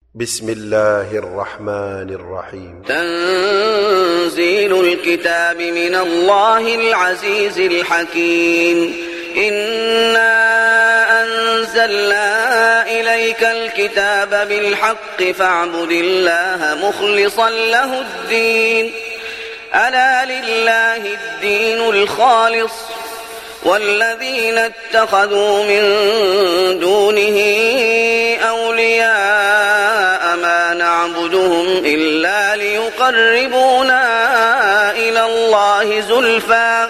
بسم الله الرحمن الرحيم. تنزيل الكتاب من الله العزيز الحكيم. إنا أنزلنا إليك الكتاب بالحق فاعبد الله مخلصا له الدين. ألا لله الدين الخالص والذين اتخذوا من دونه أولياء ما نعبدهم إلا ليقربونا إلى الله زلفى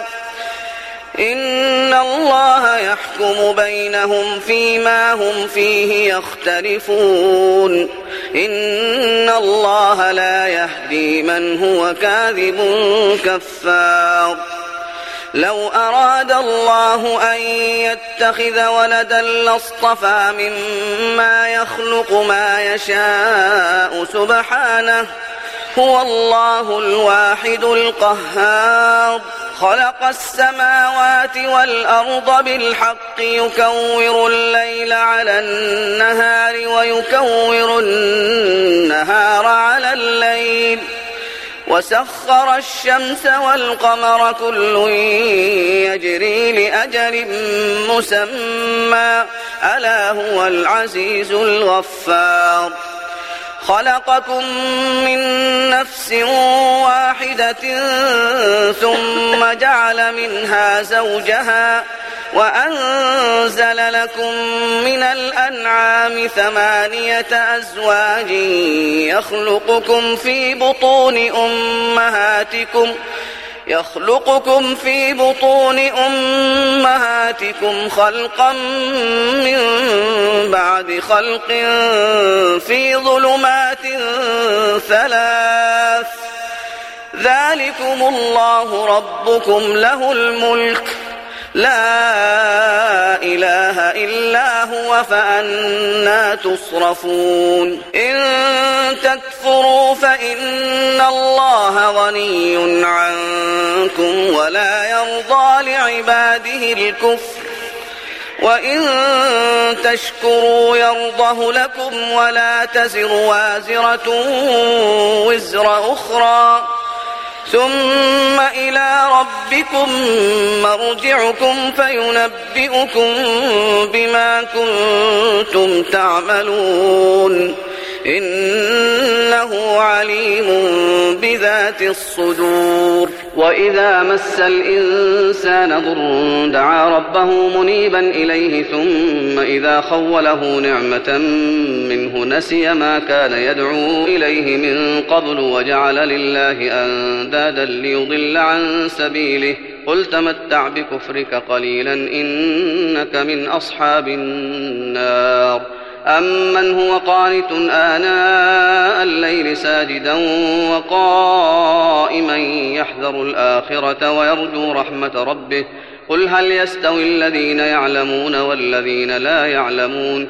إن الله يحكم بينهم فيما هم فيه يختلفون. إن الله لا يهدي من هو كاذب كفار. لو أراد الله أن يتخذ ولدا لاصطفى مما يخلق ما يشاء سبحانه هو الله الواحد القهار. خلق السماوات والأرض بالحق يكور الليل على النهار ويكور النهار على الليل وسخر الشمس والقمر كل يجري لأجل مسمى ألا هو العزيز الغفار. خلقكم من نفس واحدة ثم جعل منها زوجها وأنزل لكم من الأنعام 8 أزواج يخلقكم في بطون أمهاتكم خلقا من بعد خلق في ظلمات 3 ذلكم الله ربكم له الملك لا إله إلا هو فأنى تصرفون. إن تكفروا فإن الله غني عنكم ولا يرضى لعباده الكفر وإن تشكروا يرضه لكم ولا تزر وازرة وزر أخرى ثم إلى ربكم مرجعكم فينبئكم بما كنتم تعملون إنه عليم بذات الصدور. وإذا مس الإنسان ضر دعا ربه منيبا إليه ثم إذا خوله نعمة منه نسي ما كان يدعو إليه من قبل وجعل لله أندادا ليضل عن سبيله قل تمتع بكفرك قليلا إنك من أصحاب النار. أمن هو قانت آناء الليل ساجدا وقائما يحذر الآخرة ويرجو رحمة ربه قل هل يستوي الذين يعلمون والذين لا يعلمون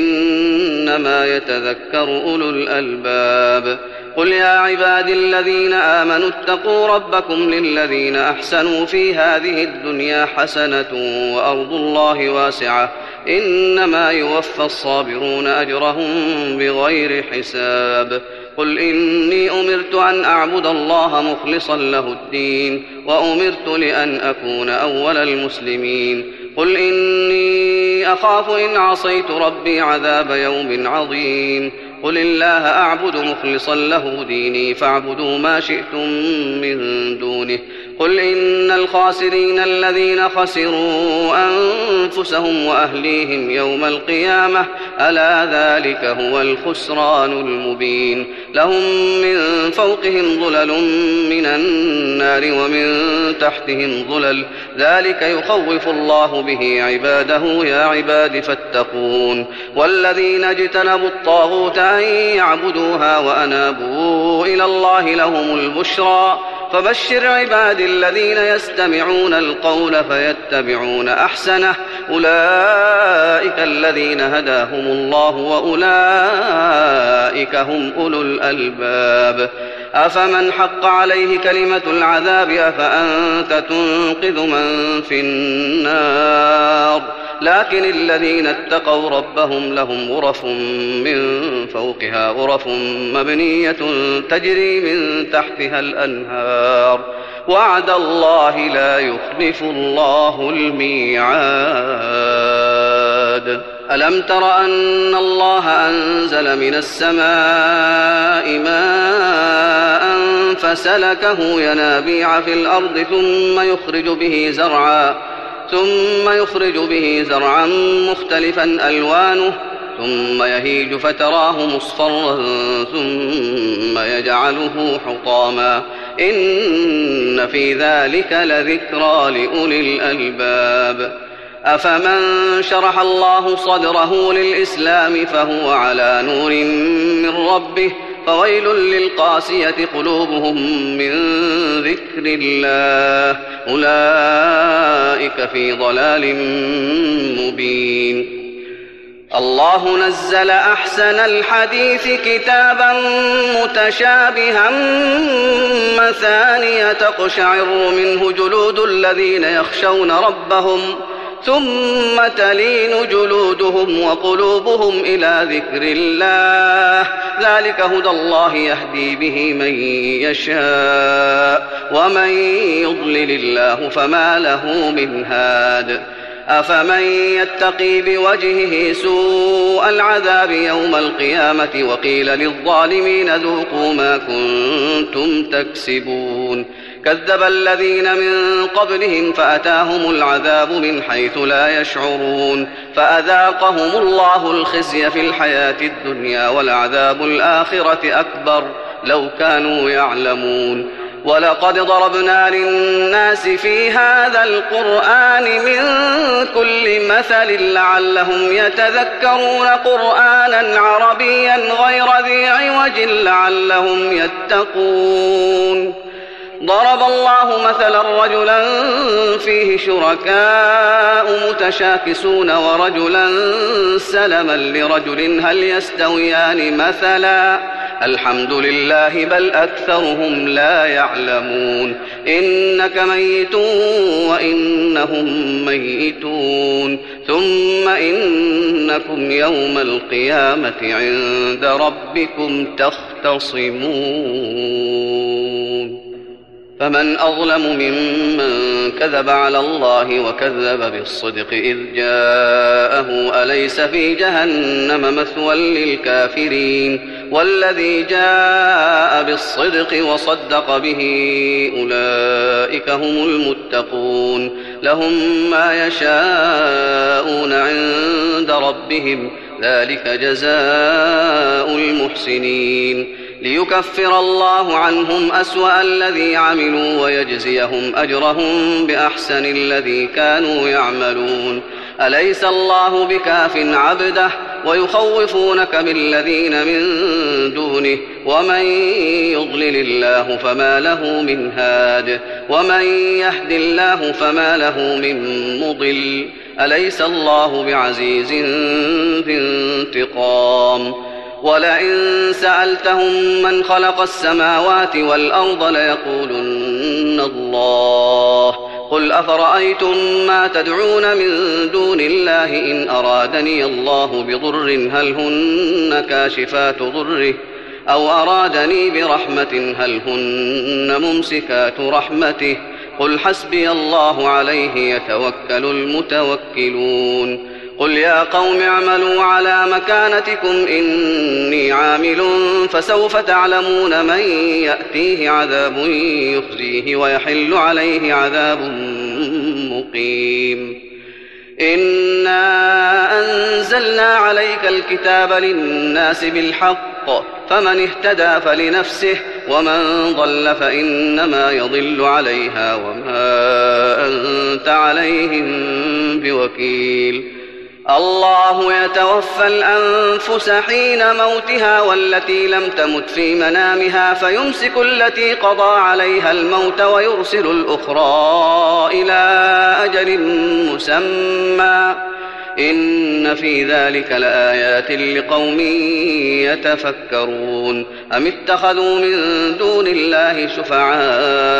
إنما يتذكر أولو الألباب. قل يا عبادي الذين آمنوا اتقوا ربكم للذين أحسنوا في هذه الدنيا حسنة وأرض الله واسعة إنما يوفى الصابرون أجرهم بغير حساب. قل إني أمرت أن أعبد الله مخلصا له الدين وأمرت لأن أكون أول المسلمين. قل إني أخاف إن عصيت ربي عذاب يوم عظيم. قل الله أعبد مخلصا له ديني فاعبدوا ما شئتم من دونه. قل إن الخاسرين الذين خسروا أنفسهم وأهليهم يوم القيامة ألا ذلك هو الخسران المبين. لهم من فوقهم ظلل من النار ومن تحتهم ظلل ذلك يخوف الله به عباده يا عباد فاتقون. والذين اجتنبوا الطاغوت أن يعبدوها وأنابوا إلى الله لهم البشرى فبشر عباد الذين يستمعون القول فيتبعون أحسنه أولئك الذين هداهم الله وأولئك هم أولو الألباب. أفمن حق عليه كلمة العذاب أفأنت تنقذ من في النار لكن الذين اتقوا ربهم لهم غرف من فوقها غرف مبنية تجري من تحتها الأنهار وعد الله لا يخلف الله الميعاد. ألم تر أن الله أنزل من السماء ماء فسلكه ينابيع في الأرض ثم يخرج به زرعا مختلفا ألوانه ثم يهيج فتراه مصفرا ثم يجعله حطاما إن في ذلك لذكرى لأولي الألباب. أفمن شرح الله صدره للإسلام فهو على نور من ربه فويل للقاسية قلوبهم من ذكر الله أولئك في ضلال مبين. الله نزل أحسن الحديث كتابا متشابها مثانية تقشعر منه جلود الذين يخشون ربهم ثم تلين جلودهم وقلوبهم إلى ذكر الله ذلك هدى الله يهدي به من يشاء ومن يضلل الله فما له من هاد. أفمن يتقي بوجهه سوء العذاب يوم القيامة وقيل للظالمين ذوقوا ما كنتم تكسبون. كذب الذين من قبلهم فأتاهم العذاب من حيث لا يشعرون فأذاقهم الله الخزي في الحياة الدنيا ولعذاب الآخرة أكبر لو كانوا يعلمون. ولقد ضربنا للناس في هذا القرآن من كل مثل لعلهم يتذكرون قرآنا عربيا غير ذي عوج لعلهم يتقون. ضرب الله مثلا رجلا فيه شركاء متشاكسون ورجلا سلما لرجل هل يستويان مثلا الحمد لله بل أكثرهم لا يعلمون. إنك ميت وإنهم ميتون ثم إنكم يوم القيامة عند ربكم تختصمون. فمن أظلم ممن كذب على الله وكذب بالصدق إذ جاءه أليس في جهنم مثوى للكافرين والذي جاء بالصدق وصدق به أولئك هم المتقون لهم ما يشاءون عند ربهم ذلك جزاء المحسنين ليكفر الله عنهم أسوأ الذي عملوا ويجزيهم أجرهم بأحسن الذي كانوا يعملون. أليس الله بكاف عبده ويخوفونك بالذين من دونه ومن يضلل الله فما له من هاد ومن يهد الله فما له من مضل. أليس الله بعزيز ذي انتقام. ولئن سألتهم من خلق السماوات والأرض ليقولن الله قل أفرأيتم ما تدعون من دون الله إن أرادني الله بضر هل هن كاشفات ضره أو أرادني برحمة هل هن ممسكات رحمته قل حسبي الله عليه يتوكل المتوكلون. قل يا قوم اعملوا على مكانتكم إني عامل فسوف تعلمون من يأتيه عذاب يخزيه ويحل عليه عذاب مقيم. إنا أنزلنا عليك الكتاب للناس بالحق فمن اهتدى فلنفسه ومن ضل فإنما يضل عليها وما أنت عليهم بوكيل. الله يتوفى الأنفس حين موتها والتي لم تمت في منامها فيمسك التي قضى عليها الموت ويرسل الأخرى إلى أجل مسمى إن في ذلك لآيات لقوم يتفكرون. أم اتخذوا من دون الله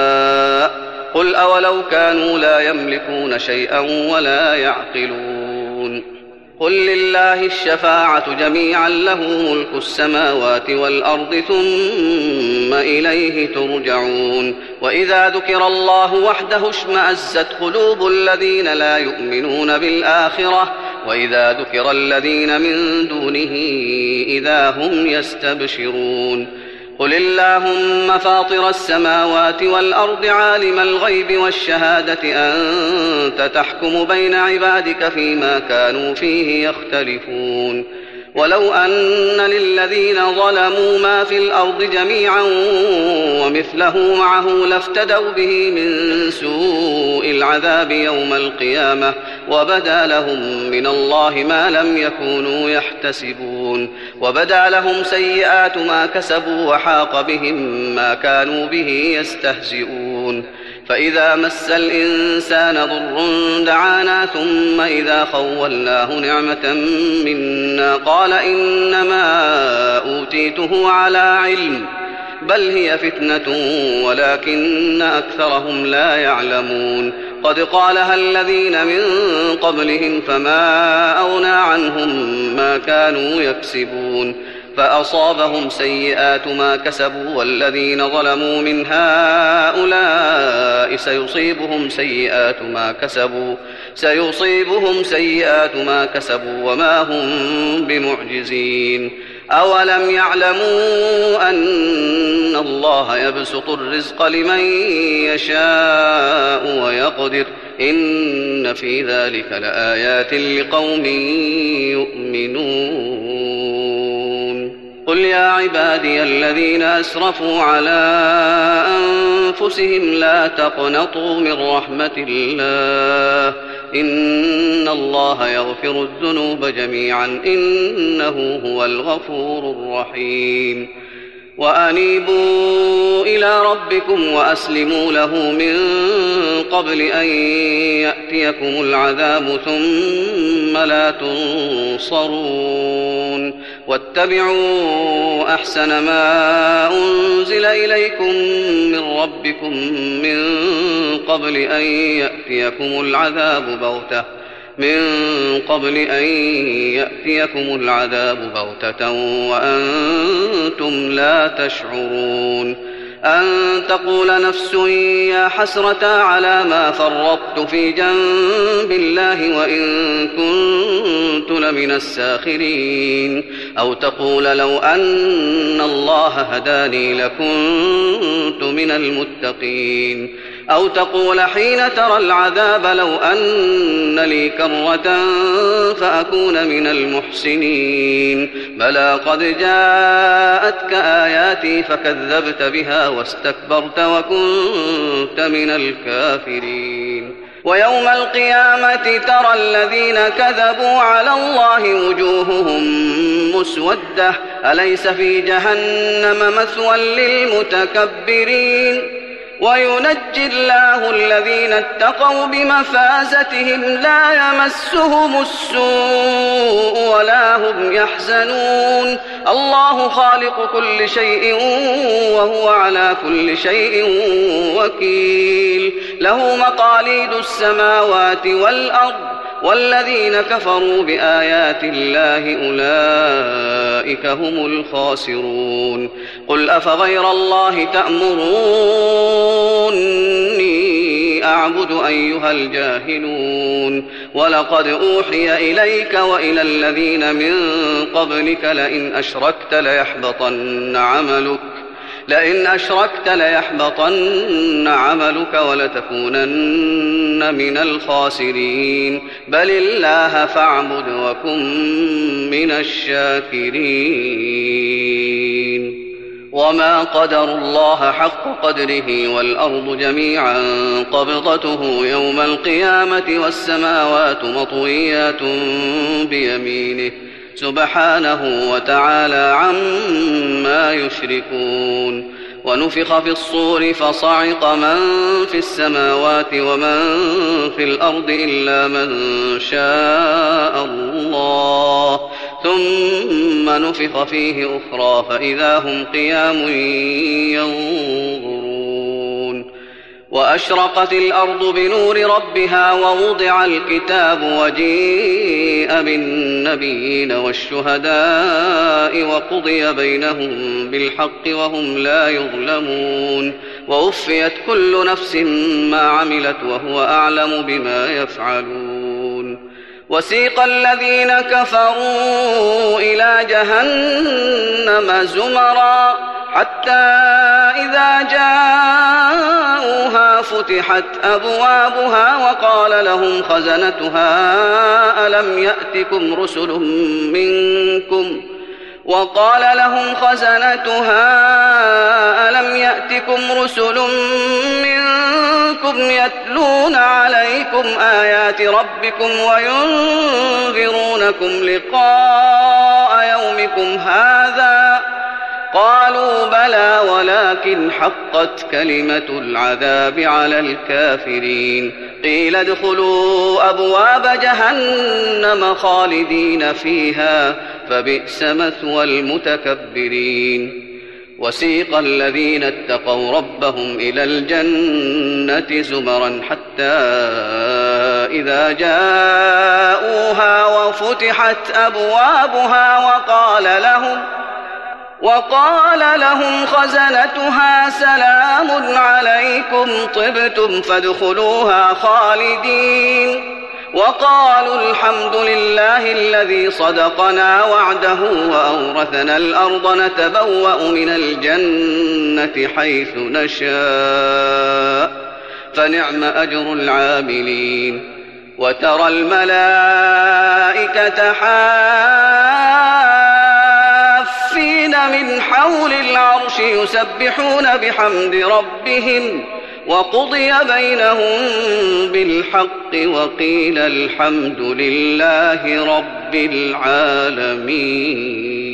شفعاء قل أولو كانوا لا يملكون شيئا ولا يعقلون. يعدلون قل لله الشفاعة جميعا له ملك السماوات والأرض ثم إليه ترجعون وإذا ذكر الله وحده اشمأزت قلوب الذين لا يؤمنون بالآخرة وإذا ذكر الذين من دونه إذا هم يستبشرون قل اللهم فاطر السماوات والأرض عالم الغيب والشهادة أنت تحكم بين عبادك فيما كانوا فيه يختلفون ولو أن للذين ظلموا ما في الأرض جميعا ومثله معه لافتدوا به من سوء العذاب يوم القيامة وبدا لهم من الله ما لم يكونوا يحتسبون وبدا لهم سيئات ما كسبوا وحاق بهم ما كانوا به يستهزئون فإذا مس الإنسان ضر دعانا ثم إذا خولناه نعمة منا قال إنما أوتيته على علم بل هي فتنة ولكن أكثرهم لا يعلمون قد قالها الذين من قبلهم فما أغنى عنهم ما كانوا يكسبون فأصابهم سيئات ما كسبوا والذين ظلموا من هؤلاء سيصيبهم سيئات ما كسبوا وما هم بمعجزين أولم يعلموا أن الله يبسط الرزق لمن يشاء ويقدر إن في ذلك لآيات لقوم يؤمنون قل يا عبادي الذين أسرفوا على أنفسهم لا تقنطوا من رحمة الله إن الله يغفر الذنوب جميعا إنه هو الغفور الرحيم وأنيبوا إلى ربكم وأسلموا له من قبل أن يأتيكم العذاب ثم لا تنصرون واتبعوا أحسن ما أنزل إليكم من ربكم من قبل أن يأتيكم العذاب بغتة وأنتم لا تشعرون أن تقول نفس يا حسرة على ما فرطت في جنب الله وإن كنت لمن الساخرين أو تقول لو أن الله هداني لكنت من المتقين أو تقول حين ترى العذاب لو أن لي كرة فأكون من المحسنين بلى قد جاءتك آياتي فكذبت بها واستكبرت وكنت من الكافرين ويوم القيامة ترى الذين كذبوا على الله وجوههم مسودة أليس في جهنم مثوى للمتكبرين وينجي الله الذين اتقوا بمفازتهم لا يمسهم السوء ولا هم يحزنون الله خالق كل شيء وهو على كل شيء وكيل له مقاليد السماوات والأرض والذين كفروا بآيات الله أولئك هم الخاسرون قل أفغير الله تأمروني أعبد أيها الجاهلون ولقد أوحي إليك وإلى الذين من قبلك لئن أشركت ليحبطن عملك ولتكونن من الخاسرين بل الله فاعبد وكن من الشاكرين وما قدروا الله حق قدره والأرض جميعا قبضته يوم القيامة والسماوات مطويات بيمينه سبحانه وتعالى عما يشركون ونفخ في الصور فصعق من في السماوات ومن في الأرض إلا من شاء الله ثم نفخ فيه أخرى فإذا هم قيام ينظرون وأشرقت الأرض بنور ربها ووضع الكتاب وجيء بالنبيين والشهداء وقضي بينهم بالحق وهم لا يظلمون ووفيت كل نفس ما عملت وهو أعلم بما يفعلون وسيق الذين كفروا إلى جهنم زمرا حتى إذا جاءوها فتحت أبوابها وقال لهم خزنتها ألم يأتكم رسل منكم يتلون عليكم آيات ربكم وينذرونكم لقاء يومكم هذا قالوا بلى ولكن حقت كلمة العذاب على الكافرين قيل ادخلوا أبواب جهنم خالدين فيها فبئس مثوى المتكبرين وسيق الذين اتقوا ربهم إلى الجنة زمرا حتى إذا جاءوها وفتحت أبوابها وقال لهم خزنتها سلام عليكم طبتم فادخلوها خالدين وقالوا الحمد لله الذي صدقنا وعده وأورثنا الأرض نتبوأ من الجنة حيث نشاء فنعم أجر العاملين وترى الملائكة حافين من حول العرش يسبحون بحمد ربهم وقضي بينهم بالحق وقيل الحمد لله رب العالمين.